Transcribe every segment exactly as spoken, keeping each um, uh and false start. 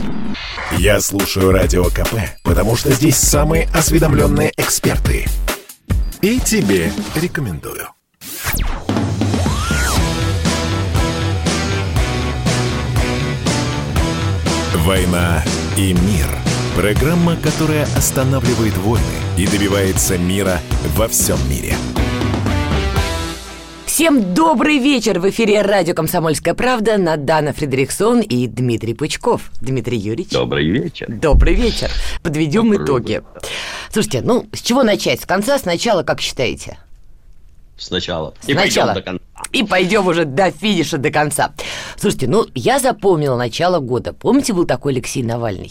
Я слушаю Радио КП, потому что здесь самые осведомленные эксперты. И тебе рекомендую. «Война и мир». Программа, которая останавливает войны и добивается мира во всем мире. Всем добрый вечер! В эфире радио «Комсомольская правда». Надана Фредериксон и Дмитрий Пучков. Дмитрий Юрьевич. Добрый вечер. Добрый вечер. Подведем Добрый итоги. вечер. Слушайте, ну, с чего начать? С конца, сначала, как считаете? Сначала. И Сначала. пойдем до конца. И пойдем уже до финиша, до конца. Слушайте, ну, я запомнила начало года. Помните, был такой Алексей Навальный?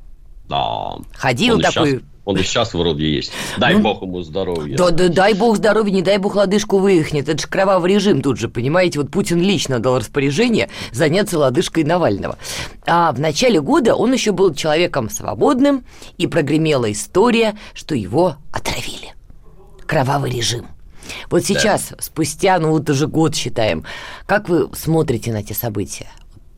Да. Ходил он такой... Сейчас, он и сейчас вроде есть. Дай ну, бог ему здоровья. Да, да, дай бог здоровья, не дай бог лодыжку вывихнет. Это же кровавый режим тут же, понимаете? Вот Путин лично дал распоряжение заняться лодыжкой Навального. А в начале года он еще был человеком свободным, и прогремела история, что его отравили. Кровавый режим. Вот сейчас, да. спустя, ну вот уже год считаем, как вы смотрите на эти события?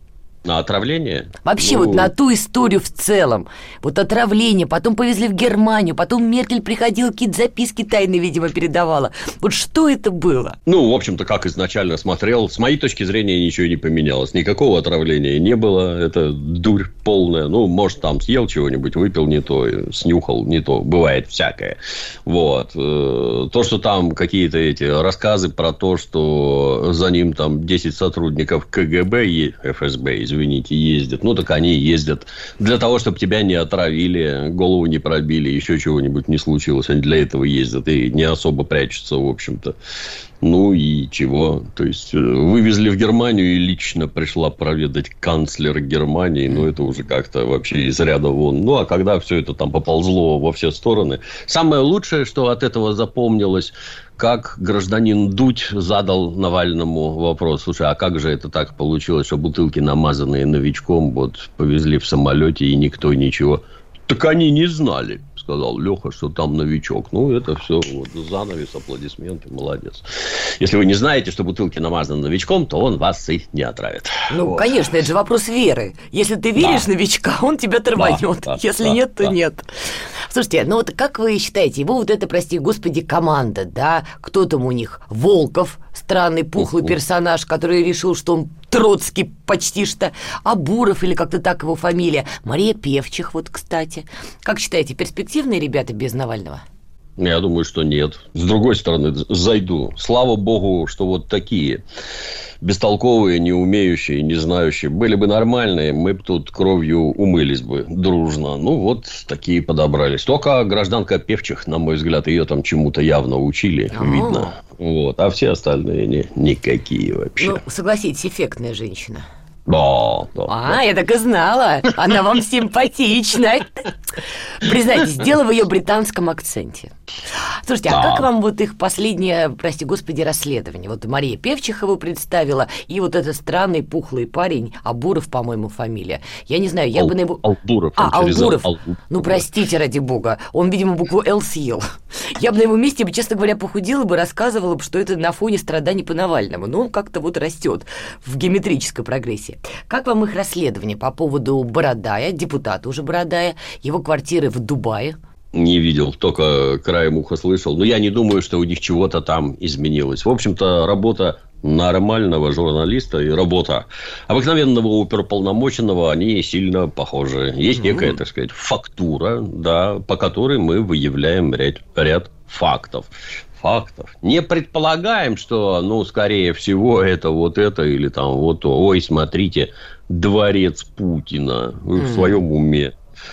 На отравление? Вообще ну... вот на ту историю в целом. Вот отравление, потом повезли в Германию, потом Меркель приходила, какие-то записки тайные, видимо, передавала. Вот что это было? Ну, в общем-то, как изначально смотрел, с моей точки зрения ничего не поменялось. Никакого отравления не было. Это дурь полная. Ну, может, там съел чего-нибудь, выпил не то, снюхал не то. Бывает всякое. Вот. То, что там какие-то эти рассказы про то, что за ним там десять сотрудников КГБ и ФСБ, извините, ездят. Ну, так они ездят для того, чтобы тебя не отравили, голову не пробили, еще чего-нибудь не случилось. Они для этого ездят и не особо прячутся, в общем-то. Ну, и чего? То есть, вывезли в Германию, и лично пришла проведать канцлер Германии. Ну, это уже как-то вообще из ряда вон. Ну, а когда все это там поползло во все стороны. Самое лучшее, что от этого запомнилось, как гражданин Дудь задал Навальному вопрос. Слушай, а как же это так получилось, что бутылки, намазанные новичком, вот повезли в самолете, и никто ничего... Так они не знали, сказал Леха, что там новичок. Ну, это все вот, занавес, аплодисменты, молодец. Если вы не знаете, что бутылки намазаны новичком, то он вас и не отравит. Ну, вот. Конечно, это же вопрос веры. Если ты веришь да. новичка, он тебя торманет. Да, да, Если да, нет, то да. нет. Слушайте, ну вот как вы считаете, его вот это, прости господи, команда, да? Кто там у них? Волков, странный пухлый uh-huh. персонаж, который решил, что он Троцкий почти что, а Буров, или как-то так его фамилия, Мария Певчих, вот, кстати. Как считаете, перспективные ребята без Навального? Я думаю, что нет. С другой стороны, зайду. Слава богу, что вот такие бестолковые, не умеющие, не знающие были бы нормальные, мы бы тут кровью умылись бы дружно. Ну, вот такие подобрались. Только гражданка Певчих, на мой взгляд, ее там чему-то явно учили, А-а-а. видно. Вот. А все остальные не, никакие вообще. Ну, согласитесь, эффектная женщина. Да, да. А, да. я так и знала. Она вам симпатична. Признайтесь, дело в ее британском акценте. Слушайте, а да. как вам вот их последнее, прости господи, расследование? Вот Мария Певчих его представила, и вот этот странный пухлый парень, Абуров, по-моему, фамилия. Я не знаю, я Ал- бы на его... Албуров. А, Албуров. Албуров. Ну, простите, ради бога. Он, видимо, букву «Л» съел. Я бы на его месте, честно говоря, похудела бы, рассказывала бы, что это на фоне страданий по Навальному. Но он как-то вот растет в геометрической прогрессии. Как вам их расследование по поводу Бородая, депутата уже Бородая, его квартиры в Дубае? Не видел, только краем уха слышал. Но я не думаю, что у них чего-то там изменилось. В общем-то, работа нормального журналиста и работа обыкновенного оперуполномоченного, они сильно похожи. Есть некая, так сказать, фактура, да, по которой мы выявляем ряд, ряд фактов. Фактов. Не предполагаем, что, ну, скорее всего, это вот это или там вот то. Ой, смотрите, дворец Путина. Вы в своем уме.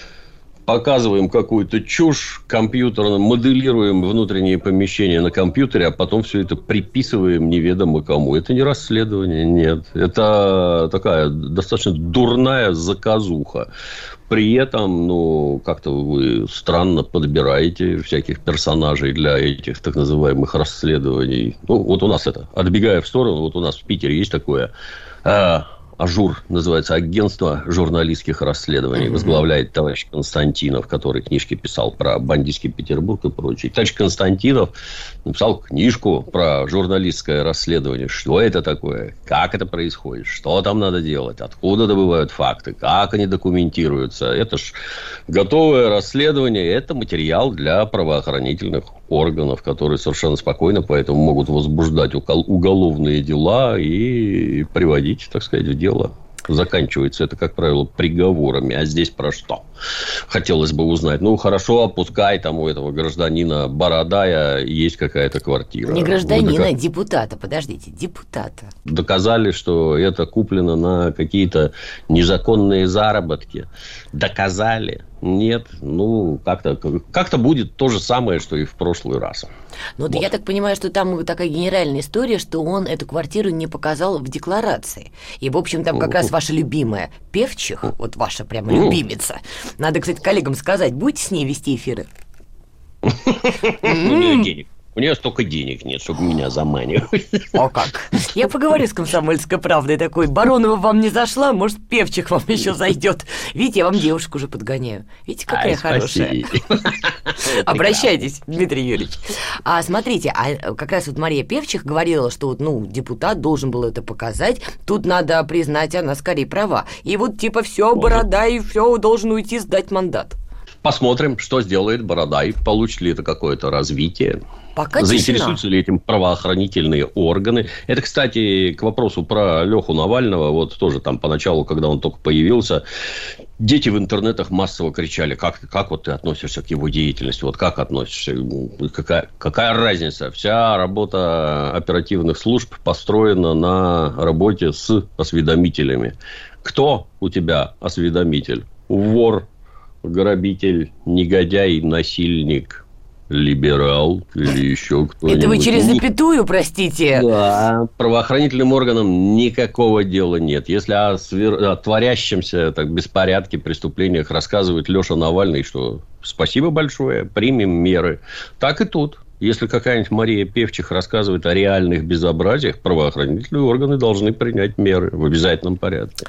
Показываем какую-то чушь компьютерно, моделируем внутренние помещения на компьютере, а потом все это приписываем неведомо кому. Это не расследование, нет. Это такая достаточно дурная заказуха. При этом, ну, как-то вы странно подбираете всяких персонажей для этих так называемых расследований. Ну, вот у нас это, отбегая в сторону, вот у нас в Питере есть такое... «Ажур» называется, агентство журналистских расследований. Mm-hmm. Возглавляет товарищ Константинов, который книжки писал про бандитский Петербург и прочее. Товарищ Константинов написал книжку про журналистское расследование. Что это такое? Как это происходит? Что там надо делать? Откуда добывают факты? Как они документируются? Это ж готовое расследование. Это материал для правоохранительных органов, которые совершенно спокойно поэтому могут возбуждать уголовные дела и приводить, так сказать, в дело. Заканчивается это, как правило, приговорами. А здесь про что? Хотелось бы узнать. Ну, хорошо, пускай там у этого гражданина Бородая есть какая-то квартира. Не гражданина, дока... а депутата. Подождите, депутата. Доказали, что это куплено на какие-то незаконные заработки. Доказали. Нет, ну, как-то, как-то будет то же самое, что и в прошлый раз. Ну, вот. Я так понимаю, что там такая генеральная история, что он эту квартиру не показал в декларации. И, в общем, там как раз ваша любимая Певчих, вот ваша прямо любимица. Надо, кстати, коллегам сказать, будете с ней вести эфиры? У нее денег. У нее столько денег нет, чтобы меня заманивать. О как! Я поговорю с «Комсомольской правдой» такой. Баронова вам не зашла, может, Певчих вам еще зайдет. Видите, я вам девушку уже подгоняю. Видите, какая Ай, хорошая. Обращайтесь, Дмитрий Юрьевич. А смотрите, а как раз вот Мария Певчих говорила, что вот, ну, депутат должен был это показать. Тут надо признать, она скорее права. И вот типа все, Борода, и все, должен уйти, сдать мандат. Посмотрим, что сделает Бородай, получит ли это какое-то развитие. Пока заинтересуются тишина. ли этим правоохранительные органы. Это, кстати, к вопросу про Леху Навального. Вот тоже там поначалу, когда он только появился, дети в интернетах массово кричали, как, как вот ты относишься к его деятельности, вот как относишься, какая, какая разница. Вся работа оперативных служб построена на работе с осведомителями. Кто у тебя осведомитель? Вор, грабитель, негодяй, насильник, либерал или еще кто-нибудь. Это вы через запятую, простите? Да, правоохранительным органам никакого дела нет. Если о, свер... о творящемся так, беспорядке, преступлениях рассказывает Леша Навальный, что спасибо большое, примем меры. Так и тут. Если какая-нибудь Мария Певчих рассказывает о реальных безобразиях, правоохранительные органы должны принять меры в обязательном порядке.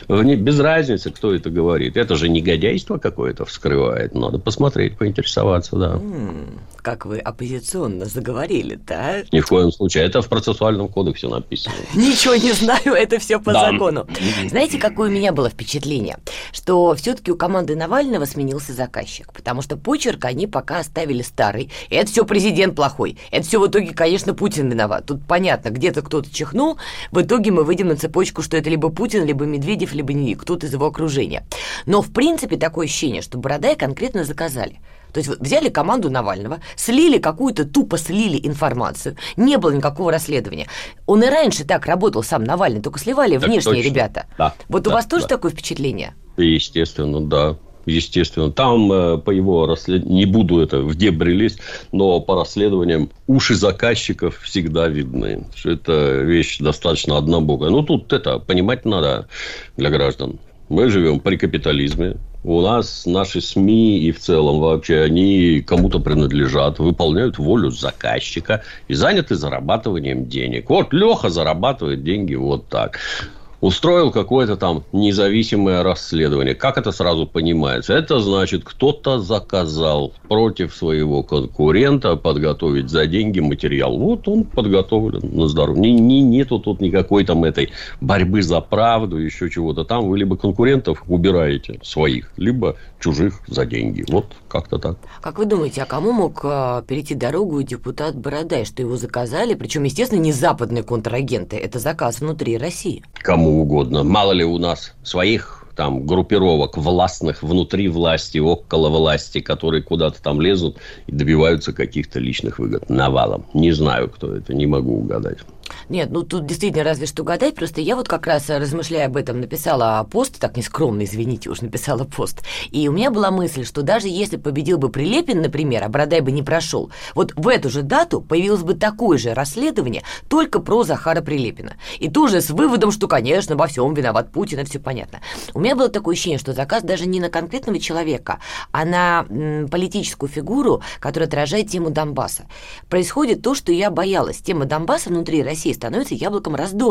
Без разницы, кто это говорит. Это же негодяйство какое-то вскрывает. Надо посмотреть, поинтересоваться, да. М-м, как вы оппозиционно заговорили-то, а? Ни в коем случае. Это в процессуальном кодексе написано. Ничего не знаю, это все по закону. Знаете, какое у меня было впечатление? Что все-таки у команды Навального сменился заказчик. Потому что почерк они пока оставили старый. И это все президент. Президент плохой. Это все в итоге, конечно, Путин виноват. Тут понятно, где-то кто-то чихнул. В итоге мы выйдем на цепочку, что это либо Путин, либо Медведев, либо не кто-то из его окружения. Но, в принципе, такое ощущение, что Бородай конкретно заказали. То есть вот взяли команду Навального, слили какую-то, тупо слили информацию, не было никакого расследования. Он и раньше так работал, сам Навальный, только сливали так внешние точно. Ребята. Да, вот да, у вас тоже да. такое впечатление? Естественно, да. Естественно, там по его расследованию, не буду это в дебри лезть, но по расследованиям уши заказчиков всегда видны. Что это вещь достаточно однобокая. Ну, тут это понимать надо для граждан. Мы живем при капитализме. У нас наши СМИ и в целом вообще они кому-то принадлежат, выполняют волю заказчика и заняты зарабатыванием денег. Вот Леха зарабатывает деньги вот так. Устроил какое-то там независимое расследование. Как это сразу понимается? Это значит, кто-то заказал против своего конкурента подготовить за деньги материал. Вот он подготовлен на здоровье. Не, не, нету тут никакой там этой борьбы за правду, еще чего-то там. Вы либо конкурентов убираете своих, либо чужих за деньги. Вот как-то так. Как вы думаете, а кому мог а, перейти дорогу депутат Бородай, что его заказали? Причем, естественно, не западные контрагенты. Это заказ внутри России. Кому угодно. Мало ли у нас своих там группировок властных внутри власти, около власти, которые куда-то там лезут и добиваются каких-то личных выгод навалом. Не знаю, кто это, не могу угадать. Нет, ну тут действительно разве что гадать. Просто я вот как раз, размышляя об этом, написала пост, так нескромно, извините, уж написала пост. И у меня была мысль, что даже если победил бы Прилепин, например, а Бородай бы не прошел, вот в эту же дату появилось бы такое же расследование, только про Захара Прилепина. И тоже с выводом, что, конечно, во всем виноват Путин, и все понятно. У меня было такое ощущение, что заказ даже не на конкретного человека, а на м, политическую фигуру, которая отражает тему Донбасса. Происходит то, что я боялась. Тема Донбасса внутри России становится яблоком раздора.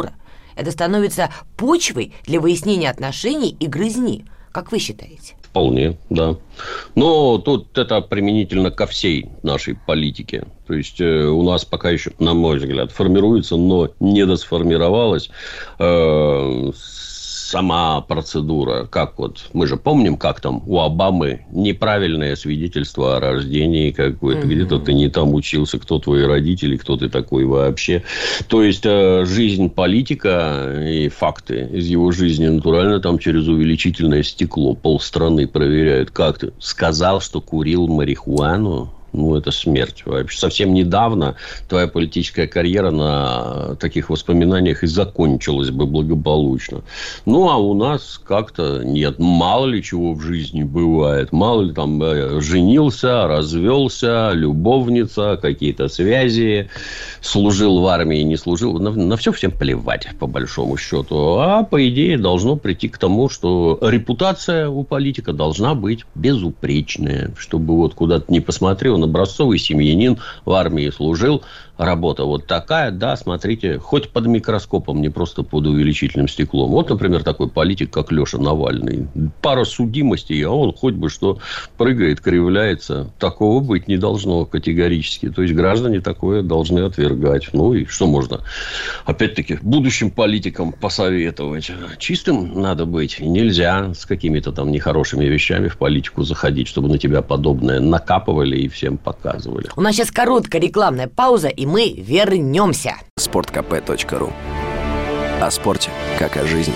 Это становится почвой для выяснения отношений и грызни. Как вы считаете? Вполне, да. Но тут это применительно ко всей нашей политике. То есть, э, у нас пока еще, на мой взгляд, формируется, но не досформировалась э, сама процедура. Как вот, мы же помним, как там у Обамы неправильное свидетельство о рождении какое-то. Mm-hmm. Где-то ты не там учился, кто твои родители, кто ты такой вообще. То есть, э, жизнь политика и факты из его жизни натурально там через увеличительное стекло полстраны проверяют. Как ты сказал, что курил марихуану? Ну, это смерть вообще. Совсем недавно твоя политическая карьера на таких воспоминаниях и закончилась бы благополучно. Ну, а у нас как-то нет. Мало ли чего в жизни бывает. Мало ли там женился, развелся, любовница, какие-то связи, служил в армии, не служил. На, на все всем плевать, по большому счету. А, по идее, должно прийти к тому, что репутация у политика должна быть безупречная. Чтобы вот куда-то не посмотрел, образцовый семьянин, в армии служил, работа вот такая, да, смотрите, хоть под микроскопом, не просто под увеличительным стеклом. Вот, например, такой политик, как Леша Навальный. Пара судимостей, а он хоть бы что прыгает, кривляется. Такого быть не должно категорически. То есть, граждане такое должны отвергать. Ну, и что можно, опять-таки, будущим политикам посоветовать? Чистым надо быть. Нельзя с какими-то там нехорошими вещами в политику заходить, чтобы на тебя подобное накапывали и всем показывали. У нас сейчас короткая рекламная пауза, и мы вернемся. спорт кэ пэ точка ру. О спорте, как о жизни.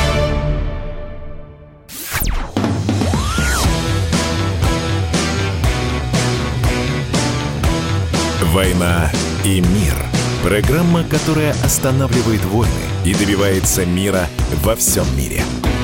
«Война и мир». Программа, которая останавливает войны и добивается мира во всем мире.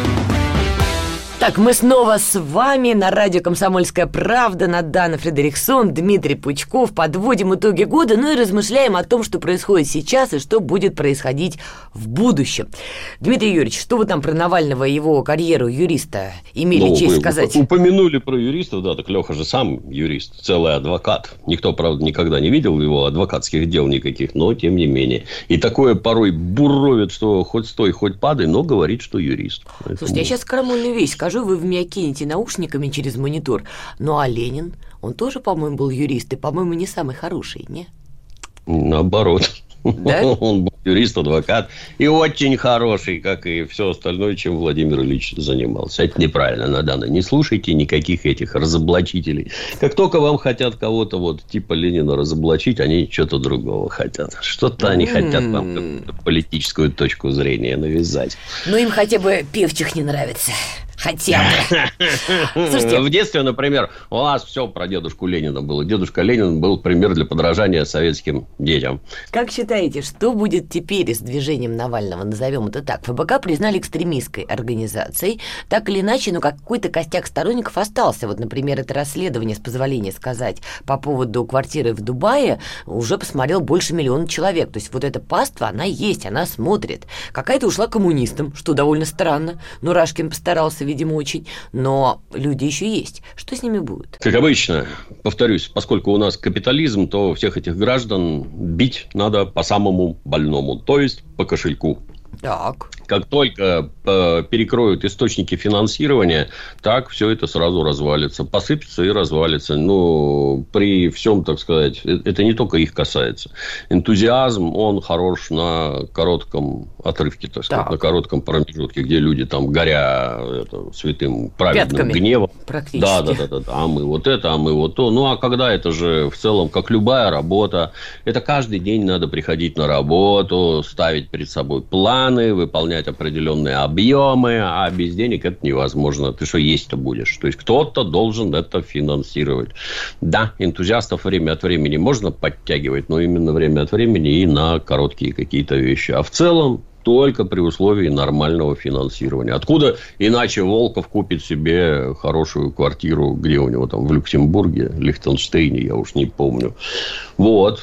Так, мы снова с вами на радио «Комсомольская правда». Надана Фредериксон, Дмитрий Пучков. Подводим итоги года, ну и размышляем о том, что происходит сейчас и что будет происходить в будущем. Дмитрий Юрьевич, что вы там про Навального и его карьеру юриста имели ну, честь сказать? Упомянули про юристов, да, так Леха же сам юрист, целый адвокат. Никто, правда, никогда не видел его адвокатских дел никаких, но тем не менее. И такое порой буровит, что хоть стой, хоть падай, но говорит, что юрист. Поэтому... Слушайте, я сейчас крамольную вещь скажу. Вы в меня кинете наушниками через монитор. Ну, а Ленин, он тоже, по-моему, был юрист, и, по-моему, не самый хороший, не? Наоборот. Да? Он был юрист, адвокат и очень хороший, как и все остальное, чем Владимир Ильич занимался. Это неправильно, Надана. Не слушайте никаких этих разоблачителей. Как только вам хотят кого-то вот типа Ленина разоблачить, они что-то другого хотят. Что-то они хотят вам какую-то политическую точку зрения навязать. Ну, им хотя бы Певчих не нравится. Хотя бы. Слушайте, в детстве, например, у нас все про дедушку Ленина было. Дедушка Ленин был пример для подражания советским детям. Как считаете, что будет теперь с движением Навального? Назовем это так. ФБК признали экстремистской организацией. Так или иначе, но какой-то костяк сторонников остался. Вот, например, это расследование, с позволения сказать, по поводу квартиры в Дубае уже посмотрел больше миллиона человек. То есть вот эта паства, она есть, она смотрит. Какая-то ушла коммунистам, что довольно странно. Ну, Рашкин постарался, видимо, очень. Но люди еще есть. Что с ними будет? Как обычно, повторюсь, поскольку у нас капитализм, то всех этих граждан бить надо по самому больному, то есть по кошельку. Так. Как только э, перекроют источники финансирования, так все это сразу развалится. Посыпется и развалится. Ну, при всем, так сказать, это не только их касается. Энтузиазм, он хорош на коротком отрывке, так сказать, так. на коротком промежутке, где люди там, горя это, святым праведным Пятками, гневом. Практически. Да, да, да, да, да. А мы вот это, а мы вот то. Ну, а когда это же в целом, как любая работа, это каждый день надо приходить на работу, ставить перед собой планы, выполнять определенные объемы, а без денег это невозможно. Ты что есть-то будешь? То есть, кто-то должен это финансировать. Да, энтузиастов время от времени можно подтягивать, но именно время от времени и на короткие какие-то вещи. А в целом, только при условии нормального финансирования. Откуда иначе Волков купит себе хорошую квартиру, где у него там, в Люксембурге, Лихтенштейне, я уж не помню. Вот.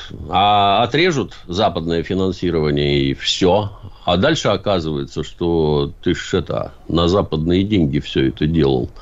А отрежут западное финансирование и все. А дальше оказывается, что ты ж это, на западные деньги все это делал.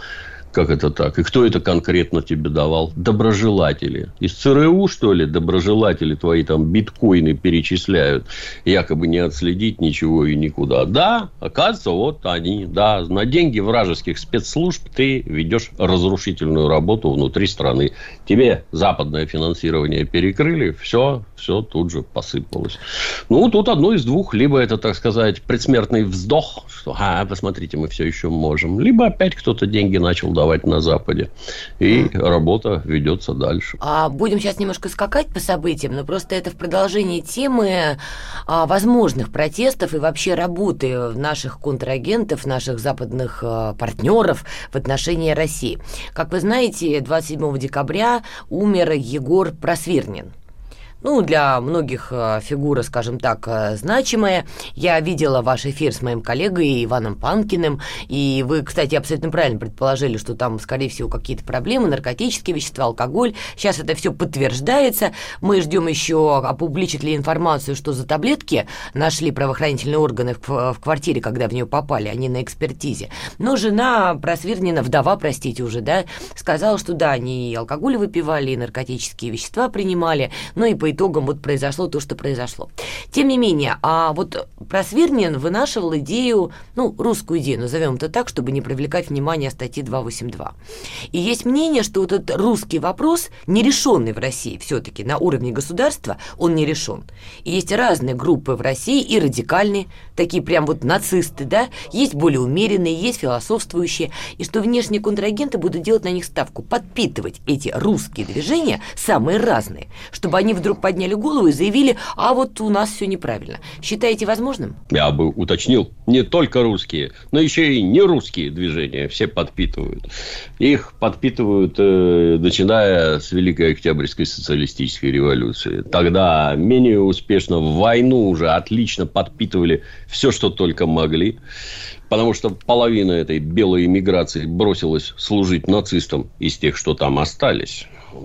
Как это так? И кто это конкретно тебе давал? Доброжелатели. Из ЦРУ, что ли, доброжелатели твои там биткоины перечисляют? Якобы не отследить ничего и никуда. Да, оказывается, вот они. Да, на деньги вражеских спецслужб ты ведешь разрушительную работу внутри страны. Тебе западное финансирование перекрыли, все, все тут же посыпалось. Ну, тут одно из двух. Либо это, так сказать, предсмертный вздох, что, а, посмотрите, мы все еще можем. Либо опять кто-то деньги начал давать на Западе. И работа ведется дальше. А будем сейчас немножко скакать по событиям, но просто это в продолжении темы а, возможных протестов и вообще работы наших контрагентов, наших западных а, партнеров в отношении России. Как вы знаете, двадцать седьмого декабря умер Егор Просвирнин. Ну, для многих фигура, скажем так, значимая. Я видела ваш эфир с моим коллегой Иваном Панкиным, и вы, кстати, абсолютно правильно предположили, что там, скорее всего, какие-то проблемы, наркотические вещества, алкоголь. Сейчас это все подтверждается. Мы ждем еще, опубличат ли информацию, что за таблетки нашли правоохранительные органы в квартире, когда в нее попали, они на экспертизе. Но жена Просвирнина, вдова, простите уже, да, сказала, что да, они и алкоголь выпивали, и наркотические вещества принимали, ну и по итогам вот произошло то, что произошло. Тем не менее, а вот Просвирнин вынашивал идею, ну, русскую идею, назовем это так, чтобы не привлекать внимание статьи двести восемьдесят два. И есть мнение, что вот этот русский вопрос, нерешенный в России все-таки на уровне государства, он не решен. И есть разные группы в России, и радикальные, такие прям вот нацисты, да, есть более умеренные, есть философствующие, и что внешние контрагенты будут делать на них ставку, подпитывать эти русские движения, самые разные, чтобы они вдруг подняли голову и заявили, а вот у нас все неправильно. Считаете возможным? Я бы уточнил, не только русские, но еще и не русские движения все подпитывают. Их подпитывают, э, начиная с Великой Октябрьской социалистической революции. Тогда менее успешно в войну уже отлично подпитывали все, что только могли. Потому что половина этой белой эмиграции бросилась служить нацистам из тех, что там остались.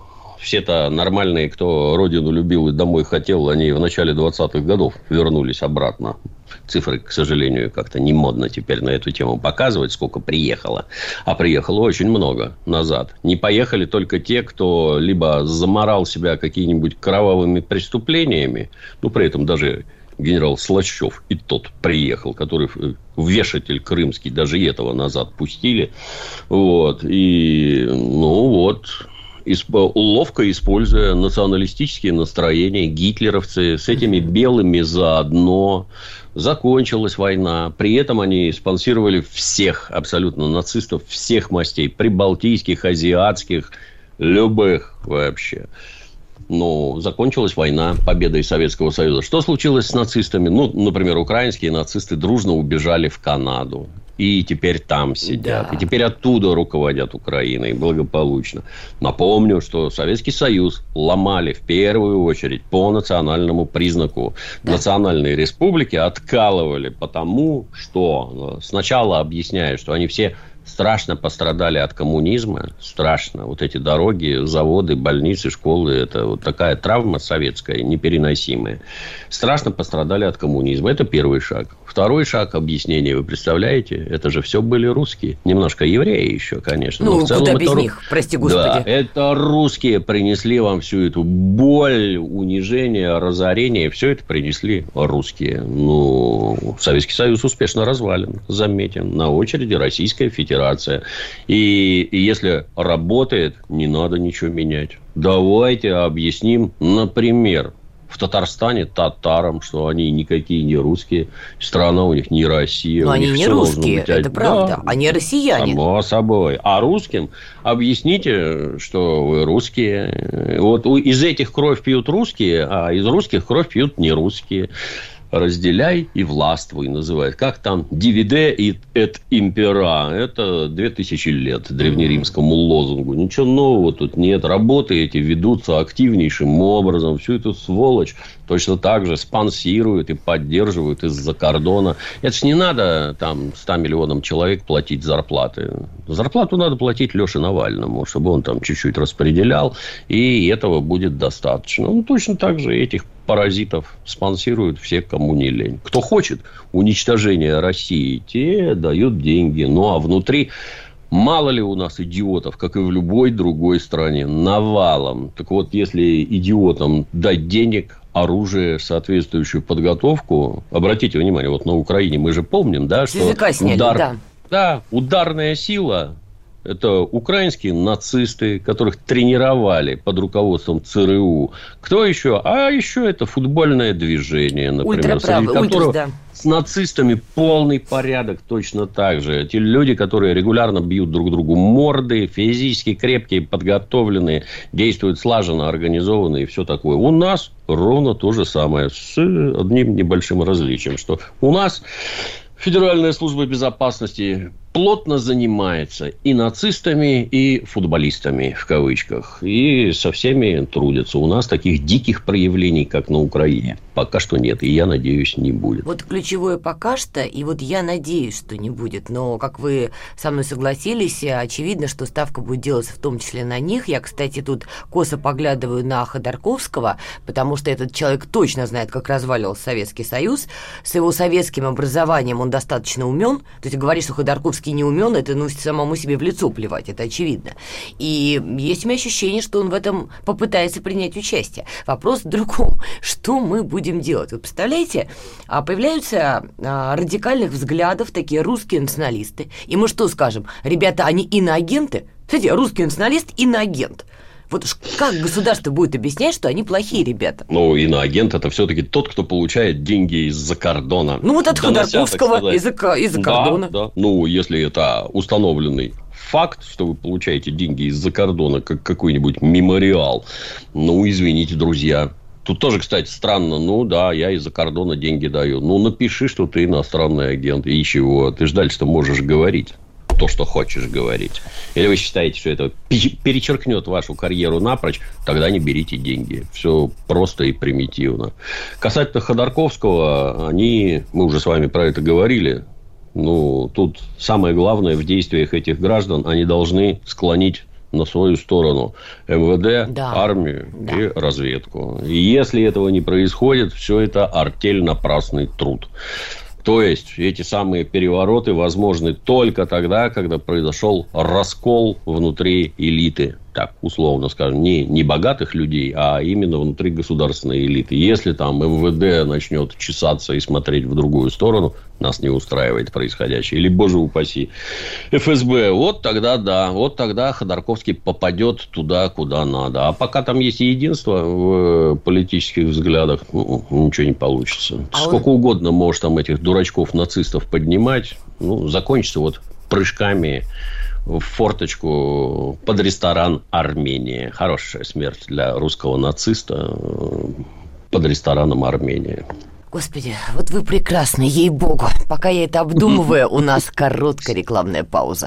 Все-то нормальные, кто родину любил и домой хотел, они в начале двадцатых годов вернулись обратно. Цифры, к сожалению, как-то не модно теперь на эту тему показывать, сколько приехало. А приехало очень много назад. Не поехали только те, кто либо заморал себя какими-нибудь кровавыми преступлениями, ну, при этом даже генерал Слащев и тот приехал, который вешатель крымский, даже этого назад пустили. Вот. И, ну, вот... ловко используя националистические настроения, гитлеровцы с этими белыми заодно. Закончилась война. При этом они спонсировали всех абсолютно нацистов, всех мастей. Прибалтийских, азиатских, любых вообще. Ну, закончилась война победой Советского Союза. Что случилось с нацистами? Ну, например, украинские нацисты дружно убежали в Канаду. И теперь там сидят. Да. И теперь оттуда руководят Украиной благополучно. Напомню, что Советский Союз ломали в первую очередь по национальному признаку. Да. Национальные республики откалывали потому, что сначала объясняют, что они все страшно пострадали от коммунизма. Страшно. Вот эти дороги, заводы, больницы, школы. Это вот такая травма советская, непереносимая. Страшно пострадали от коммунизма. Это первый шаг. Второй шаг объяснения. Вы представляете? Это же все были русские. Немножко евреи еще, конечно. Ну, но в целом куда это... без них, прости господи. Да, это русские принесли вам всю эту боль, унижение, разорение. Все это принесли русские. Ну, Советский Союз успешно развален. Заметим. На очереди Российская Федерация. И, и если работает, не надо ничего менять. Давайте объясним, например, в Татарстане татарам, что они никакие не русские, страна у них не Россия. Но они не русские, быть... это правда, да, они россияне. Само собой. А русским объясните, что вы русские. Вот из этих кровь пьют русские, а из русских кровь пьют не русские. Разделяй и властвуй называют. Как там «Дивиде et impera». Это две тысячи лет древнеримскому лозунгу. Ничего нового тут нет. Работы эти ведутся активнейшим образом. Всю эту сволочь точно так же спонсируют и поддерживают из-за кордона. Это ж не надо там ста миллионам человек платить зарплаты. Зарплату надо платить Леше Навальному, чтобы он там чуть-чуть распределял. И этого будет достаточно. Ну, точно так же этих паразитов спонсируют все, кому не лень. Кто хочет уничтожения России, те дают деньги. Ну, а внутри Мало ли у нас идиотов, как и в любой другой стране, навалом. Так вот, если идиотам дать денег, оружие, соответствующую подготовку, обратите внимание, вот на Украине мы же помним, да, что сняли, удар, да. Да, ударная сила – это украинские нацисты, которых тренировали под руководством ЦРУ. Кто еще? А еще это футбольное движение, например, среди которого да. с нацистами полный порядок точно так же. Те люди, которые регулярно бьют друг другу морды, физически крепкие, подготовленные, действуют слаженно, организованно и все такое. У нас ровно то же самое, с одним небольшим различием, что у нас Федеральная служба безопасности плотно занимается и нацистами, и футболистами, в кавычках. И со всеми трудятся. У нас таких диких проявлений, как на Украине, пока что нет. И я надеюсь, не будет. Вот ключевое пока что, и вот я надеюсь, что не будет. Но, как вы со мной согласились, очевидно, что ставка будет делаться в том числе на них. Я, кстати, тут косо поглядываю на Ходорковского, потому что этот человек точно знает, как разваливался Советский Союз. С его советским образованием он достаточно умен. То есть, говорить, что Ходорковский не умен, это ну, самому себе в лицо плевать, это очевидно. И есть у меня ощущение, что он в этом попытается принять участие. Вопрос в другом. Что мы будем делать? Вы представляете, появляются радикальных взглядов такие русские националисты, и мы что скажем? Ребята, они иноагенты? Кстати, русский националист – иноагент. Вот как государство будет объяснять, что они плохие ребята? Ну, иноагент – это все-таки тот, кто получает деньги из-за кордона. Ну, вот от Ходорковского из-за, из-за кордона. Да, да. Ну, если это установленный факт, что вы получаете деньги из-за кордона, как какой-нибудь мемориал, ну, извините, друзья. Тут тоже, кстати, странно. Ну, да, я из-за кордона деньги даю. Ну, напиши, что ты иностранный агент. И чего? Ты же дальше-то можешь говорить то, что хочешь говорить. Или вы считаете, что это перечеркнет вашу карьеру напрочь, тогда не берите деньги. Все просто и примитивно. Касательно Ходорковского, они, мы уже с вами про это говорили, ну, тут самое главное в действиях этих граждан, они должны склонить на свою сторону эм вэ дэ, да. армию да. и разведку. И если этого не происходит, все это артель напрасный труд. То есть, эти самые перевороты возможны только тогда, когда произошел раскол внутри элиты. Так, условно скажем, не, не богатых людей, а именно внутри государственной элиты. Если там эм вэ дэ начнет чесаться и смотреть в другую сторону, нас не устраивает происходящее. Или, боже упаси, эф эс бэ. Вот тогда да. Вот тогда Ходорковский попадет туда, куда надо. А пока там есть единство в политических взглядах, ну, ничего не получится. А Сколько он... угодно можешь там этих дурачков-нацистов поднимать. Ну, закончится вот прыжками в форточку под ресторан «Армения». Хорошая смерть для русского нациста под рестораном «Армения». Господи, вот вы прекрасны, ей-богу. Пока я это обдумываю, у нас короткая рекламная пауза.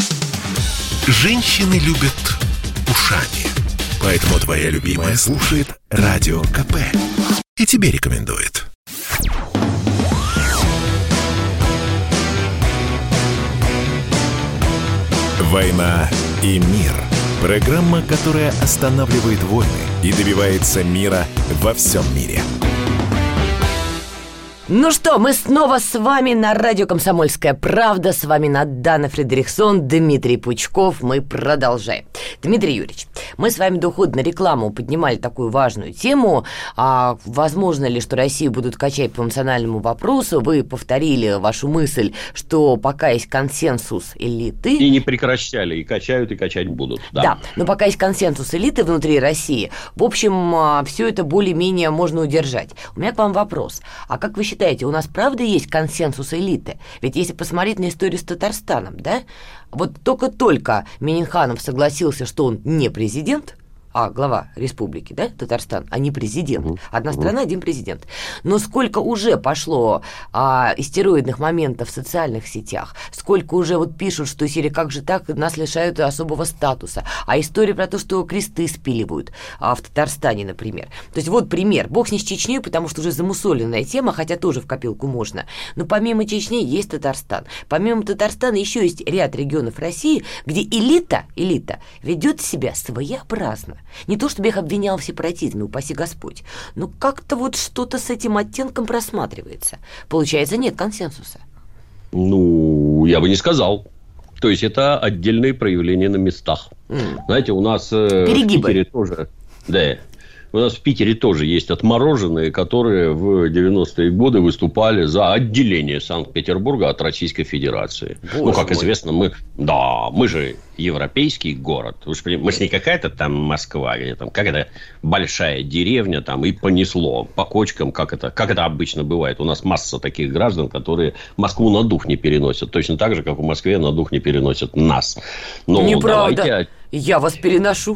Женщины любят ушами. Поэтому твоя любимая слушает Радио КП. И тебе рекомендует. «Война и мир». Программа, которая останавливает войны и добивается мира во всем мире. Ну что, мы снова с вами на радио «Комсомольская правда». С вами Надана Фредериксон, Дмитрий Пучков. Мы продолжаем. Дмитрий Юрьевич, мы с вами до ухода на рекламу поднимали такую важную тему. А возможно ли, что Россию будут качать по национальному вопросу? Вы повторили вашу мысль, что пока есть консенсус элиты... И не прекращали, и качают, и качать будут. Да, да, но пока есть консенсус элиты внутри России, в общем, все это более-менее можно удержать. У меня к вам вопрос. А как вы считаете, у нас правда есть консенсус элиты? Ведь если посмотреть на историю с Татарстаном, да, вот только-только Минниханов согласился, что он не президент, а глава республики, да, Татарстан, а не президент. Одна страна, один президент. Но сколько уже пошло а, истероидных моментов в социальных сетях, сколько уже вот пишут, что серии «Как же так, нас лишают особого статуса», а история про то, что кресты спиливают а, в Татарстане, например. То есть вот пример. Бог с ней с Чечней, потому что уже замусоленная тема, хотя тоже в копилку можно. Но помимо Чечни есть Татарстан. Помимо Татарстана еще есть ряд регионов России, где элита, элита ведет себя своеобразно. Не то, чтобы я их обвинял в сепаратизме, упаси Господь, но как-то вот что-то с этим оттенком просматривается. Получается, нет консенсуса. Ну, я бы не сказал. То есть, это отдельные проявления на местах. Mm. Знаете, у нас Перегибы. в Питере тоже... Да, у нас в Питере тоже есть отмороженные, которые в девяностые годы выступали за отделение Санкт-Петербурга от Российской Федерации. Боже ну, как мой. Известно, мы... Да, мы же европейский город. Вы же понимаете, мы же не какая-то там Москва, или там какая-то большая деревня, там, и понесло по кочкам, как это, как это обычно бывает. У нас масса таких граждан, которые Москву на дух не переносят. Точно так же, как в Москве на дух не переносят нас. Но неправда. Давайте... Я вас переношу.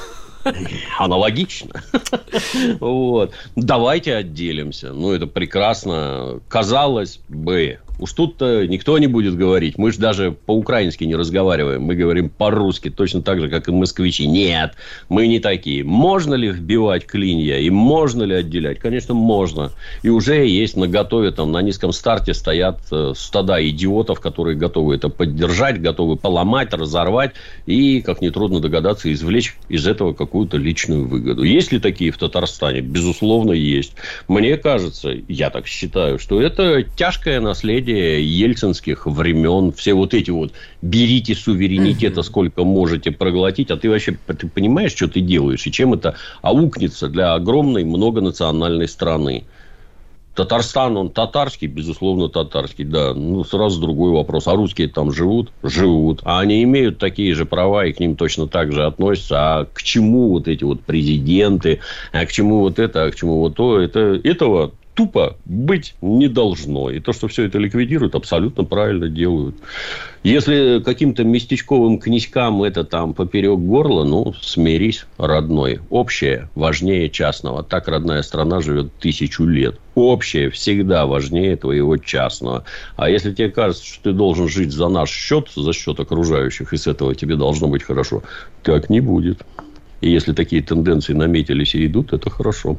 Аналогично. Вот. Давайте отделимся. Ну, это прекрасно. Казалось бы, уж тут-то никто не будет говорить. Мы же даже по-украински не разговариваем. Мы говорим по-русски, точно так же, как и москвичи. Нет, мы не такие. Можно ли вбивать клинья? И можно ли отделять? Конечно, можно. И уже есть наготове, там, на низком старте стоят стада идиотов, которые готовы это поддержать, готовы поломать, разорвать и, как нетрудно догадаться, извлечь из этого какую-то личную выгоду. Есть ли такие в Татарстане? Безусловно, есть. Мне кажется, я так считаю, что это тяжкое наследие ельцинских времен. Все вот эти вот берите суверенитета, сколько можете проглотить, а ты вообще ты понимаешь, что ты делаешь, и чем это аукнется для огромной многонациональной страны. Татарстан, он татарский, безусловно, татарский, да. Ну, сразу другой вопрос. А русские там живут? Живут. А они имеют такие же права, и к ним точно так же относятся. А к чему вот эти вот президенты? А к чему вот это? А к чему вот то? Это, этого тупо быть не должно. И то, что все это ликвидируют, абсолютно правильно делают. Если каким-то местечковым князькам это там поперек горла, ну, смирись, родной. Общее важнее частного. Так родная страна живет тысячу лет. Общее всегда важнее твоего частного. А если тебе кажется, что ты должен жить за наш счет, за счет окружающих, и с этого тебе должно быть хорошо, так не будет. И если такие тенденции наметились и идут, это хорошо.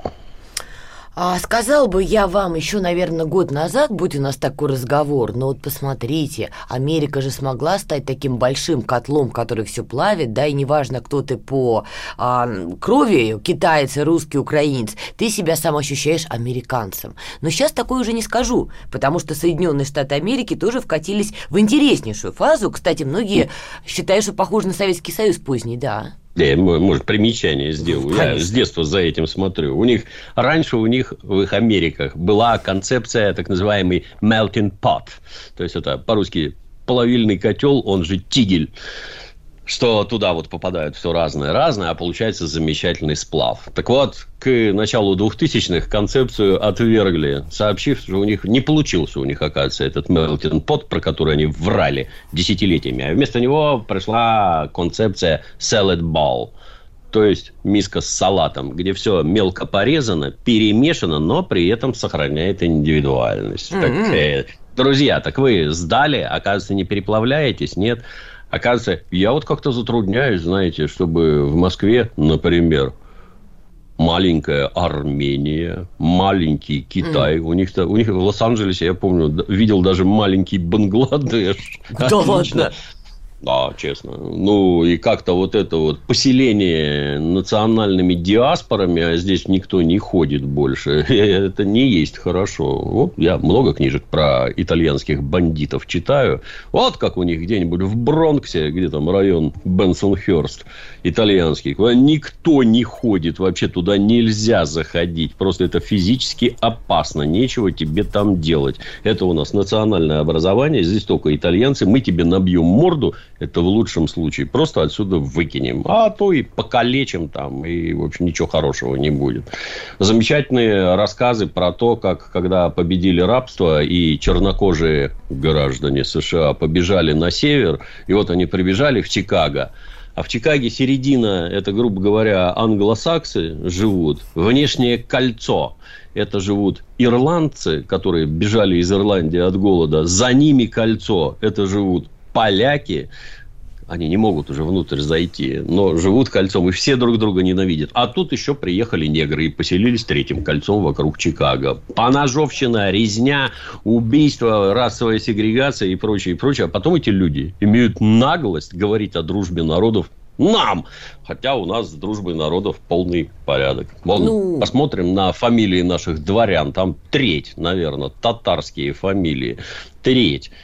А сказал бы я вам еще, наверное, год назад, будь у нас такой разговор, но вот посмотрите, Америка же смогла стать таким большим котлом, который все плавит, да, и неважно, кто ты по а, крови, китаец, русский, украинец, ты себя сам ощущаешь американцем. Но сейчас такое уже не скажу, потому что Соединенные Штаты Америки тоже вкатились в интереснейшую фазу. Кстати, многие считают, что похоже на Советский Союз поздний, да. Я, может, примечание сделаю. Я с детства за этим смотрю. У них раньше у них в их Америках была концепция так называемый melting pot. То есть, это по-русски плавильный котел, он же тигель. Что туда вот попадают все разное-разное, а получается замечательный сплав. Так вот, к началу двухтысячных концепцию отвергли, сообщив, что у них не получился у них, оказывается, этот melting pot, про который они врали десятилетиями. А вместо него пришла концепция salad bowl. То есть, миска с салатом, где все мелко порезано, перемешано, но при этом сохраняет индивидуальность. Mm-hmm. Так, э, друзья, так вы сдали, оказывается, не переплавляетесь, нет? Оказывается, я вот как-то затрудняюсь, знаете, чтобы в Москве, например, маленькая Армения, маленький Китай. Mm. У них, у них в Лос-Анджелесе, я помню, видел даже маленький Бангладеш. Да ладно? Да, честно. Ну, и как-то вот это вот поселение национальными диаспорами, а здесь никто не ходит больше, это не есть хорошо. Вот я много книжек про итальянских бандитов читаю. Вот как у них где-нибудь в Бронксе, где там район Бенсонхерст итальянский, куда никто не ходит, вообще туда нельзя заходить. Просто это физически опасно, нечего тебе там делать. Это у нас национальное образование, здесь только итальянцы, мы тебе набьем морду. Это в лучшем случае. Просто отсюда выкинем. А то и покалечим там. И, в общем, ничего хорошего не будет. Замечательные рассказы про то, как, когда победили рабство, и чернокожие граждане США побежали на север. И вот они прибежали в Чикаго. А в Чикаге середина, это, грубо говоря, англосаксы живут. Внешнее кольцо. Это живут ирландцы, которые бежали из Ирландии от голода. За ними кольцо. Это живут поляки, они не могут уже внутрь зайти, но живут кольцом, и все друг друга ненавидят. А тут еще приехали негры и поселились третьим кольцом вокруг Чикаго. Поножовщина, резня, убийство, расовая сегрегация и прочее, и прочее. А потом эти люди имеют наглость говорить о дружбе народов нам. Хотя у нас с дружбой народов полный порядок. Вон, ну... посмотрим на фамилии наших дворян. Там треть, наверное, татарские фамилии. Треть.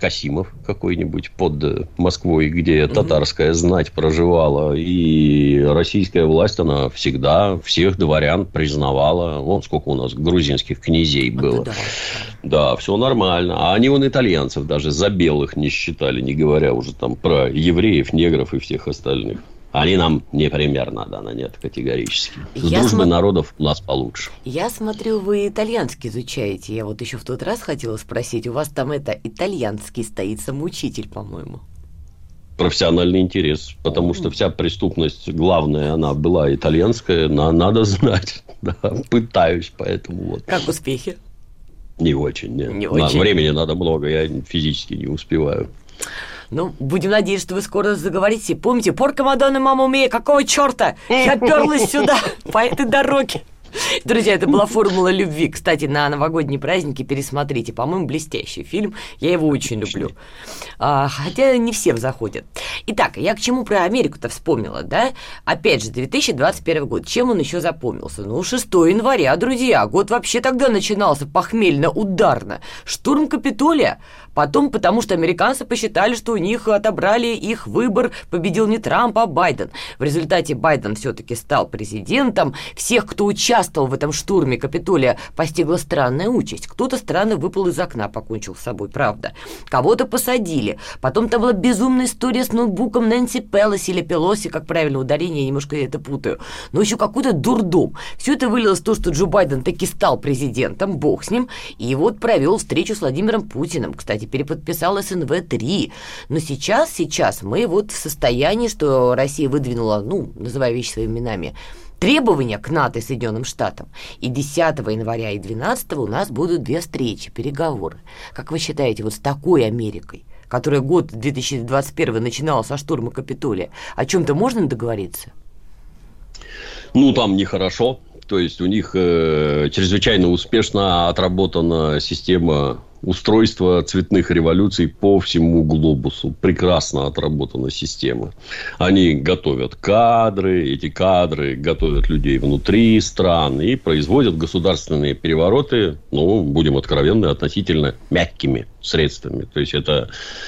Касимов какой-нибудь под Москвой, где татарская знать проживала. И российская власть, она всегда всех дворян признавала. Вон сколько у нас грузинских князей было. Да, да, все нормально. А они вон итальянцев даже за белых не считали, не говоря уже там про евреев, негров и всех остальных. Они нам не пример надо, она нет, категорически. С Я дружбой см... народов у нас получше. Я смотрю, вы итальянский изучаете. Я вот еще в тот раз хотела спросить, у вас там это итальянский стоит самоучитель, по-моему. Профессиональный интерес, потому что вся преступность, главная, она была итальянская, надо знать. Да, пытаюсь, поэтому вот. Как успехи? Не очень, нет. Не очень. Времени надо много, я физически не успеваю. Ну, будем надеяться, что вы скоро заговорите. Помните, порка Мадонна, мама мия, какого черта? Я перлась сюда, по этой дороге. Друзья, это была «Формула любви». Кстати, на новогодние праздники пересмотрите. По-моему, блестящий фильм. Я его очень люблю. А, хотя не всем заходит. Итак, я к чему про Америку-то вспомнила, да? Опять же, две тысячи двадцать первый год. Чем он еще запомнился? Ну, шестого января, друзья. Год вообще тогда начинался похмельно-ударно. Штурм Капитолия. Потом, потому что американцы посчитали, что у них отобрали их выбор, победил не Трамп, а Байден. В результате Байден все-таки стал президентом. Всех, кто участвовал в этом штурме Капитолия, постигла странная участь. Кто-то странно выпал из окна, покончил с собой, правда. Кого-то посадили. Потом там была безумная история с ноутбуком Нэнси Пелоси или Пелоси, как правильно ударение, я немножко это путаю. Но еще какой-то дурдом. Все это вылилось в то, что Джо Байден таки стал президентом, бог с ним, и вот провел встречу с Владимиром Путиным. Кстати, переподписал эс эн вэ три. Но сейчас, сейчас мы вот в состоянии, что Россия выдвинула, ну, называя вещи своими именами, требования к НАТО и Соединенным Штатам. И десятого января и двенадцатого у нас будут две встречи, переговоры. Как вы считаете, вот с такой Америкой, которая год две тысячи двадцать первый начинала со штурма Капитолия, о чем-то можно договориться? Ну, там нехорошо. То есть, у них э, чрезвычайно успешно отработана система устройства цветных революций по всему глобусу. Прекрасно отработана система. Они готовят кадры, эти кадры готовят людей внутри стран и производят государственные перевороты, ну, будем откровенны, относительно мягкими средствами. То есть, это...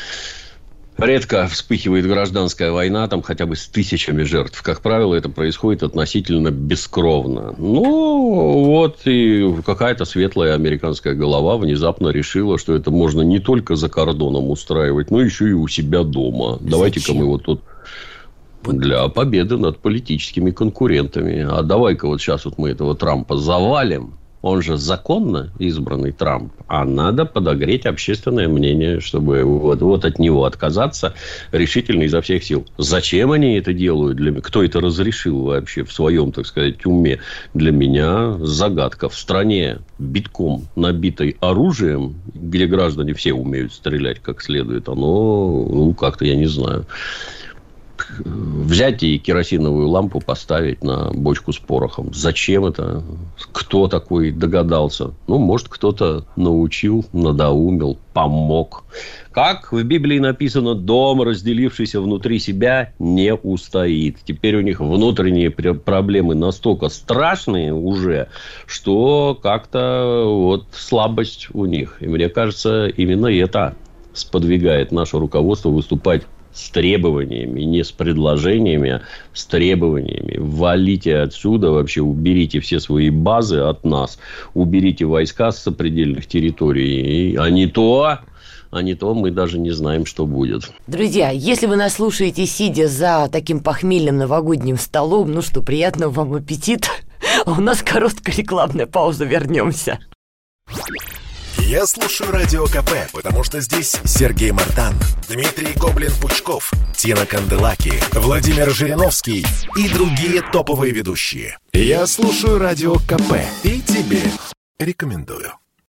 Редко вспыхивает гражданская война, там хотя бы с тысячами жертв. Как правило, это происходит относительно бескровно. Ну, вот и какая-то светлая американская голова внезапно решила, что это можно не только за кордоном устраивать, но еще и у себя дома. Зачем? Давайте-ка мы вот тут... Для победы над политическими конкурентами. А давай-ка вот сейчас вот мы этого Трампа завалим. Он же законно избранный Трамп, а надо подогреть общественное мнение, чтобы вот, вот от него отказаться решительно изо всех сил. Зачем они это делают? Для... Кто это разрешил вообще в своем, так сказать, уме? Для меня загадка. В стране битком набитой оружием, где граждане все умеют стрелять как следует, оно, ну, как-то, я не знаю... Взять и керосиновую лампу поставить на бочку с порохом. Зачем это? Кто такой догадался? Ну, может, кто-то научил, надоумил, помог. Как в Библии написано, дом, разделившийся внутри себя, не устоит. Теперь у них внутренние проблемы настолько страшные уже, что как-то вот слабость у них. И мне кажется, именно это сподвигает наше руководство выступать с требованиями, не с предложениями, а с требованиями. Валите отсюда, вообще уберите все свои базы от нас, уберите войска с сопредельных территорий, а не то... А не то мы даже не знаем, что будет. Друзья, если вы нас слушаете, сидя за таким похмельным новогодним столом, ну что, приятного вам аппетита. А у нас короткая рекламная пауза, вернемся. Я слушаю Радио ка пэ, потому что здесь Сергей Мартан, Дмитрий Гоблин-Пучков, Тина Канделаки, Владимир Жириновский и другие топовые ведущие. Я слушаю Радио ка пэ и тебе рекомендую.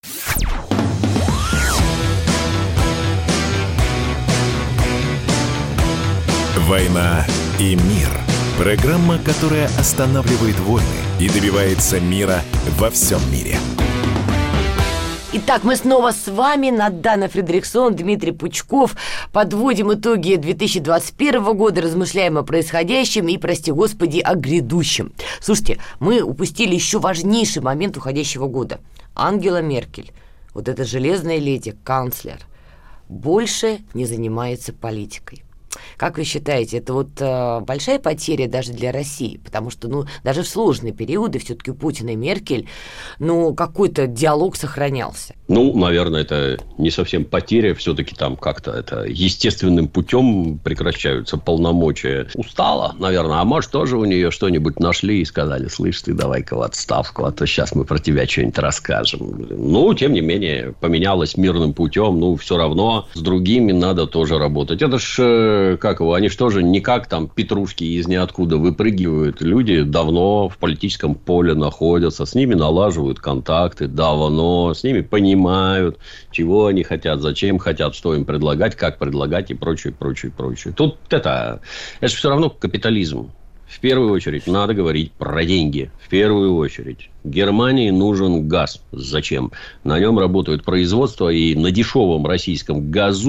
«Война и мир» – программа, которая останавливает войны и добивается мира во всем мире. Итак, мы снова с вами, Надана Фридрихсон, Дмитрий Пучков. Подводим итоги две тысячи двадцать первого года, размышляем о происходящем и, прости господи, о грядущем. Слушайте, мы упустили еще важнейший момент уходящего года. Ангела Меркель, вот эта железная леди, канцлер, больше не занимается политикой. Как вы считаете, это вот э, большая потеря даже для России? Потому что, ну, даже в сложные периоды все-таки у Путина и Меркель, ну, какой-то диалог сохранялся. Ну, наверное, это не совсем потеря. Все-таки там как-то это естественным путем прекращаются полномочия. Устала, наверное. А может, тоже у нее что-нибудь нашли и сказали: слышь, ты давай-ка в отставку, а то сейчас мы про тебя что-нибудь расскажем. Ну, тем не менее, поменялось мирным путем. Ну, все равно с другими надо тоже работать. Это ж... Как его? Они что же не как там петрушки из ниоткуда выпрыгивают. Люди давно в политическом поле находятся. С ними налаживают контакты давно. С ними понимают, чего они хотят, зачем хотят, что им предлагать, как предлагать и прочее, прочее, прочее. Тут это... Это же все равно капитализм. В первую очередь надо говорить про деньги. В первую очередь. Германии нужен газ. Зачем? На нем работает производство, и на дешевом российском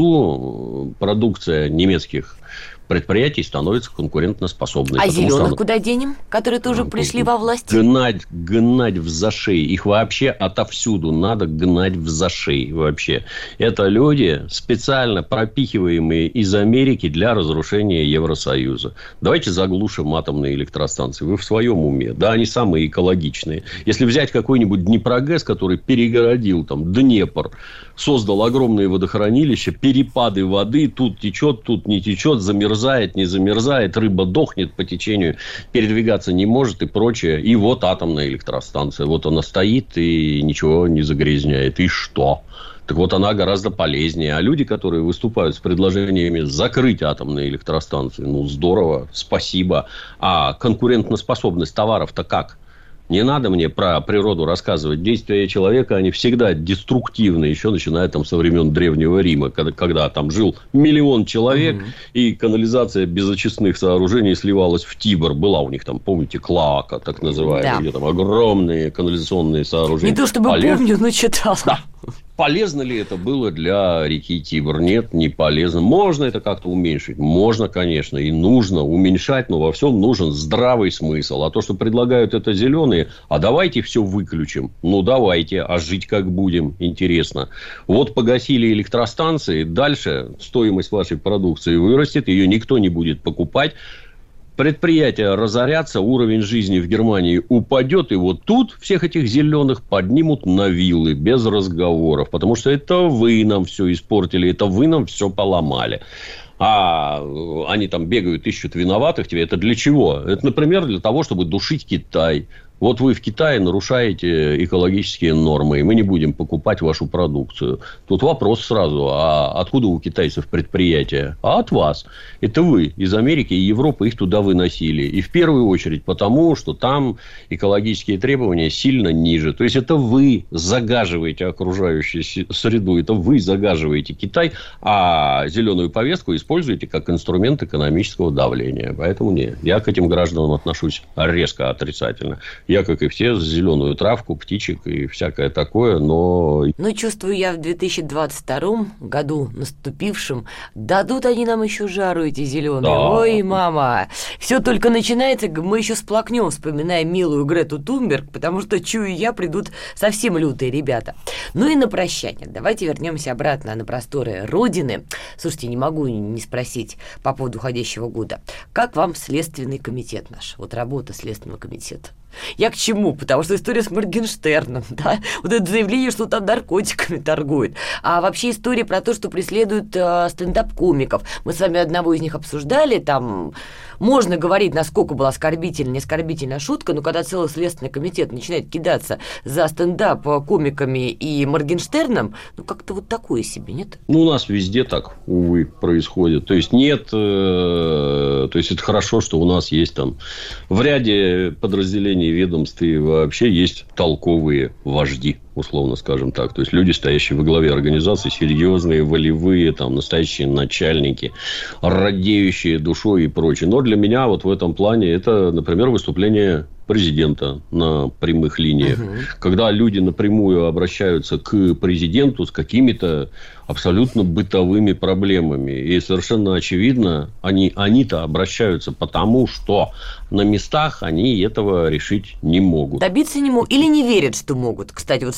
газу продукция немецких предприятий становится конкурентоспособной. А зеленых что... куда денем, которые тоже пришли во власть? Гнать, гнать в зашей. Их вообще отовсюду надо гнать в зашей вообще. Это люди, специально пропихиваемые из Америки для разрушения Евросоюза. Давайте заглушим атомные электростанции. Вы в своем уме? Да, они самые экологичные. Если взять какой-нибудь Днепрогэс, который перегородил там Днепр, создал огромные водохранилища, перепады воды, тут течет, тут не течет, замерзает, не замерзает, рыба дохнет по течению, передвигаться не может и прочее. И вот атомная электростанция. Вот она стоит и ничего не загрязняет. И что? Так вот, она гораздо полезнее. А люди, которые выступают с предложениями закрыть атомные электростанции, ну, здорово, спасибо. А конкурентоспособность товаров-то как? Не надо мне про природу рассказывать. Действия человека, они всегда деструктивны. Еще начиная там со времен Древнего Рима, когда, когда там жил миллион человек, mm-hmm. и канализация без очистных сооружений сливалась в Тибр. Была у них там, помните, клоака, так называемая, да. Где там огромные канализационные сооружения. Не то чтобы Полез... помню, но читал. Да. Полезно ли это было для реки Тибр? Нет, не полезно. Можно это как-то уменьшить? Можно, конечно, и нужно уменьшать, но во всем нужен здравый смысл. А то, что предлагают это зеленые, а давайте все выключим. Ну, давайте, а жить как будем? Интересно. Вот погасили электростанции, дальше стоимость вашей продукции вырастет, ее никто не будет покупать. Предприятия разорятся, уровень жизни в Германии упадет, и вот тут всех этих зеленых поднимут на вилы без разговоров, потому что это вы нам все испортили, это вы нам все поломали. А они там бегают, ищут виноватых тебе. Это для чего? Это, например, для того, чтобы душить Китай. Вот вы в Китае нарушаете экологические нормы, и мы не будем покупать вашу продукцию. Тут вопрос сразу: а откуда у китайцев предприятия? А от вас. Это вы из Америки и Европы их туда выносили. И в первую очередь потому, что там экологические требования сильно ниже. То есть, это вы загаживаете окружающую среду, это вы загаживаете Китай, а зеленую повестку используете как инструмент экономического давления. Поэтому нет, я к этим гражданам отношусь резко отрицательно. Я, как и все, за зеленую травку, птичек и всякое такое, но... Но чувствую я в две тысячи двадцать втором году наступившем, дадут они нам еще жару, эти зеленые. Да. Ой, мама, все только начинается, мы еще сплакнем, вспоминая милую Грету Тунберг, потому что, чую я, придут совсем лютые ребята. Ну и на прощание. Давайте вернемся обратно на просторы Родины. Слушайте, не могу не спросить по поводу уходящего года. Как вам Следственный комитет наш? Вот работа Следственного комитета. Я к чему? Потому что история с Моргенштерном, да, вот это заявление, что там наркотиками торгует. А вообще история про то, что преследуют э, стендап-комиков. Мы с вами одного из них обсуждали, там можно говорить, насколько была оскорбительная, не оскорбительная шутка, но когда целый Следственный комитет начинает кидаться за стендап-комиками и Моргенштерном, ну как-то вот такое себе, нет? Ну, у нас везде так, увы, происходит. То есть, нет, э, то есть, это хорошо, что у нас есть там в ряде подразделений ведомств и вообще есть толковые вожди, условно скажем так. То есть, люди, стоящие во главе организации, серьезные, волевые, там, настоящие начальники, радеющие душой и прочее. Но для меня вот в этом плане это, например, выступление президента на прямых линиях. Угу. Когда люди напрямую обращаются к президенту с какими-то абсолютно бытовыми проблемами. И совершенно очевидно, они, они-то обращаются потому, что на местах они этого решить не могут. Добиться не могут или не верят, что могут. Кстати, вот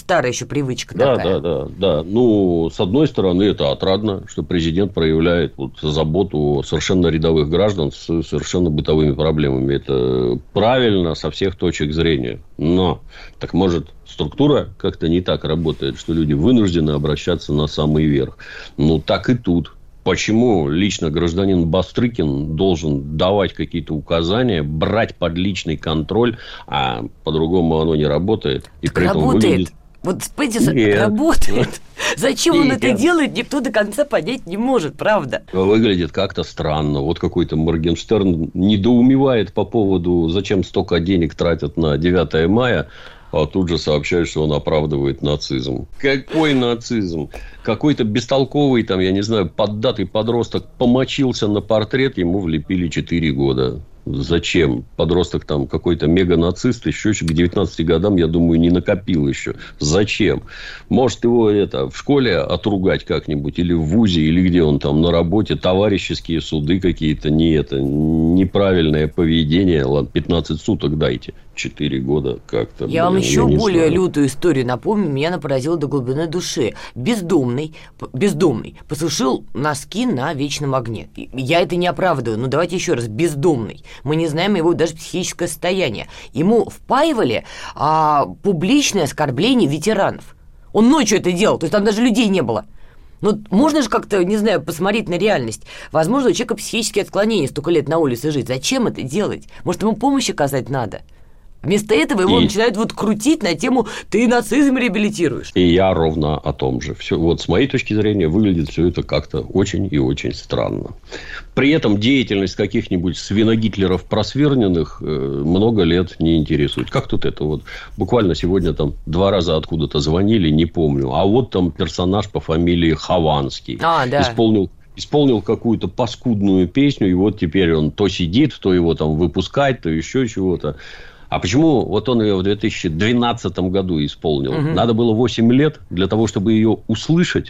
старая еще привычка да, такая. Да, да, да. Ну, с одной стороны, это отрадно, что президент проявляет вот заботу совершенно рядовых граждан с совершенно бытовыми проблемами. Это правильно со всех точек зрения. Но, так может, структура как-то не так работает, что люди вынуждены обращаться на самый верх. Ну, так и тут. Почему лично гражданин Бастрыкин должен давать какие-то указания, брать под личный контроль, а по-другому оно не работает? И так при этом работает. выглядит... Вот спойте, работает. Зачем Нет. он это делает, никто до конца понять не может, правда? Выглядит как-то странно. Вот какой-то Моргенштерн недоумевает по поводу, зачем столько денег тратят на девятое мая, а тут же сообщают, что он оправдывает нацизм. Какой нацизм? Какой-то бестолковый, там, я не знаю, поддатый подросток помочился на портрет, ему влепили четыре года. Зачем? Подросток там какой-то мега-нацист, еще к девятнадцати годам, я думаю, не накопил еще. Зачем? Может, его это в школе отругать как-нибудь, или в вузе, или где он там на работе, товарищеские суды какие-то, не это, неправильное поведение. Ладно, пятнадцать суток дайте. четыре года как-то. Я блин, вам еще я более знаю. лютую историю напомню, меня она поразила до глубины души. Бездомный, бездомный посушил носки на вечном огне. Я это не оправдываю, но давайте еще раз. Бездомный. Мы не знаем его даже психическое состояние. Ему впаивали а, публичное оскорбление ветеранов. Он ночью это делал, то есть там даже людей не было. Ну, можно же как-то, не знаю, посмотреть на реальность. Возможно, у человека психические отклонения, столько лет на улице жить. Зачем это делать? Может, ему помощь оказать надо? Вместо этого его и... начинают вот крутить на тему «ты нацизм реабилитируешь». И я ровно о том же. Все, вот с моей точки зрения выглядит все это как-то очень и очень странно. При этом деятельность каких-нибудь свиногитлеров просверненных э, много лет не интересует. Как тут это вот? Буквально сегодня там два раза откуда-то звонили, не помню. А вот там персонаж по фамилии Хованский. А, да. Исполнил... Исполнил какую-то паскудную песню, и вот теперь он то сидит, то его там выпускать, то еще чего-то. А почему вот он ее в две тысячи двенадцатом году исполнил? Угу. Надо было восемь лет для того, чтобы ее услышать.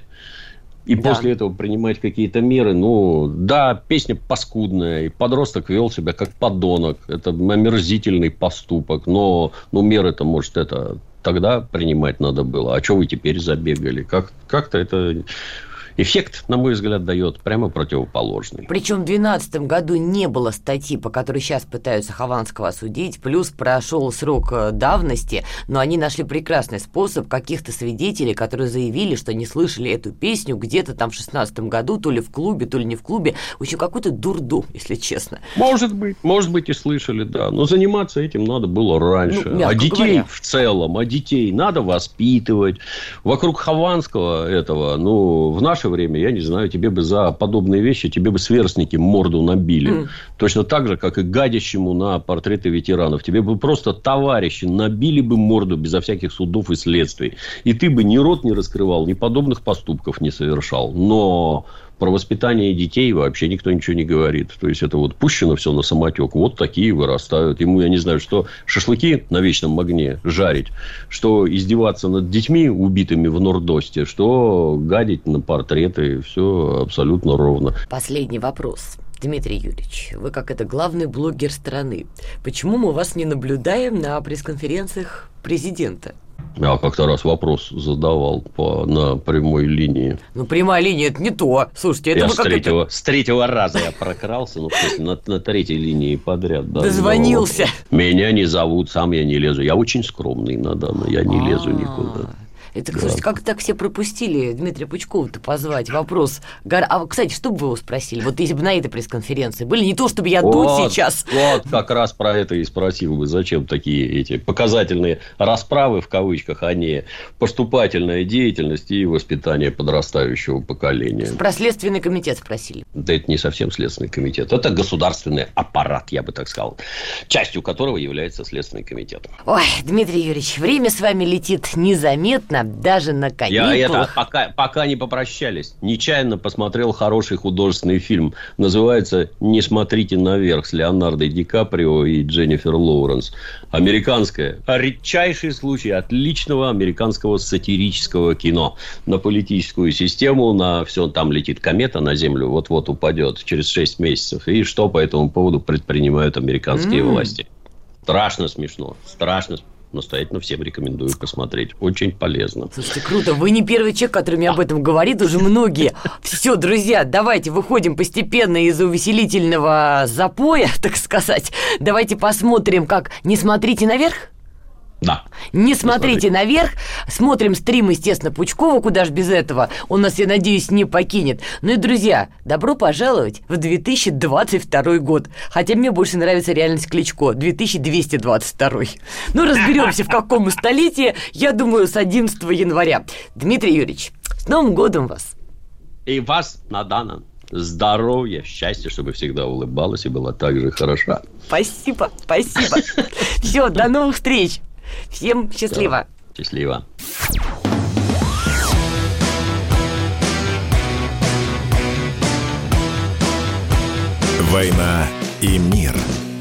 И да. после этого принимать какие-то меры. Ну, да, песня паскудная. И подросток вел себя как подонок. Это омерзительный поступок. Но ну, меры-то, может, это тогда принимать надо было. А что вы теперь забегали? Как- как-то это... Эффект, на мой взгляд, дает прямо противоположный. Причем в две тысячи двенадцатом году не было статьи, по которой сейчас пытаются Хованского осудить, плюс прошел срок давности, но они нашли прекрасный способ каких-то свидетелей, которые заявили, что не слышали эту песню где-то там в шестнадцатом году, то ли в клубе, то ли не в клубе. В общем, какой-то дурдом, если честно. Может быть, может быть и слышали, да. Но заниматься этим надо было раньше. Ну, а детей говоря. в целом, а детей надо воспитывать. Вокруг Хованского этого, ну, в наше время, я не знаю, тебе бы за подобные вещи, тебе бы сверстники морду набили. Mm. Точно так же, как и гадящему на портреты ветеранов. Тебе бы просто товарищи набили бы морду безо всяких судов и следствий. И ты бы ни рот не раскрывал, ни подобных поступков не совершал. Но про воспитание детей вообще никто ничего не говорит. То есть, это вот пущено все на самотек. Вот такие вырастают. Ему, я не знаю, что шашлыки на вечном огне жарить, что издеваться над детьми, убитыми в Нордосте, что гадить на портреты. Все абсолютно ровно. Последний вопрос. Дмитрий Юрьевич, вы как это главный блогер страны. Почему мы вас не наблюдаем на пресс-конференциях президента? Я как-то раз вопрос задавал по, на прямой линии. Ну, прямая линия – это не то. Слушайте, это я вы с как третьего, это... с третьего раза я прокрался, ну, на, на третьей линии подряд. Да, дозвонился. Меня не зовут, сам я не лезу. Я очень скромный, Надана, я не лезу никуда. Это, слушайте, как так все пропустили Дмитрия Пучкова-то позвать? Вопрос. А, кстати, что бы вы его спросили? Вот если бы на этой пресс-конференции были, не то, чтобы я вот, тут сейчас. Вот, как раз про это и спросил бы. Зачем такие эти показательные расправы, в кавычках, а не поступательная деятельность и воспитание подрастающего поколения? Про Следственный комитет спросили. Да это не совсем Следственный комитет. Это государственный аппарат, я бы так сказал. Частью которого является Следственный комитет. Ой, Дмитрий Юрьевич, время с вами летит незаметно. Даже на каникулах. Я это пока, пока не попрощались. Нечаянно посмотрел хороший художественный фильм. Называется «Не смотрите наверх» с Леонардо Ди Каприо и Дженнифер Лоуренс. Американское. Редчайший случай отличного американского сатирического кино. На политическую систему, на все. Там летит комета на Землю, вот-вот упадет через шесть месяцев. И что по этому поводу предпринимают американские mm. власти. Страшно смешно. Страшно смешно. настоятельно всем рекомендую посмотреть. Очень полезно. Слушайте, круто. Вы не первый человек, который мне об этом говорит, уже многие. Все, друзья, давайте выходим постепенно из увеселительного запоя, так сказать. Давайте посмотрим, как «Не смотрите наверх». Да. Не смотрите наверх. Смотрим стрим, естественно, Пучкова, куда ж без этого. Он нас, я надеюсь, не покинет. Ну и, друзья, добро пожаловать в две тысячи двадцать второй год. Хотя мне больше нравится реальность Кличко. две тысячи двести двадцать второй. Ну, разберемся, в каком столетии. Я думаю, с одиннадцатого января. Дмитрий Юрьевич, с Новым годом вас. И вас, Надана. Здоровья, счастья, чтобы всегда улыбалась и была так же хороша. Спасибо, спасибо. Все, до новых встреч. Всем счастливо. Да, счастливо. «Война и мир».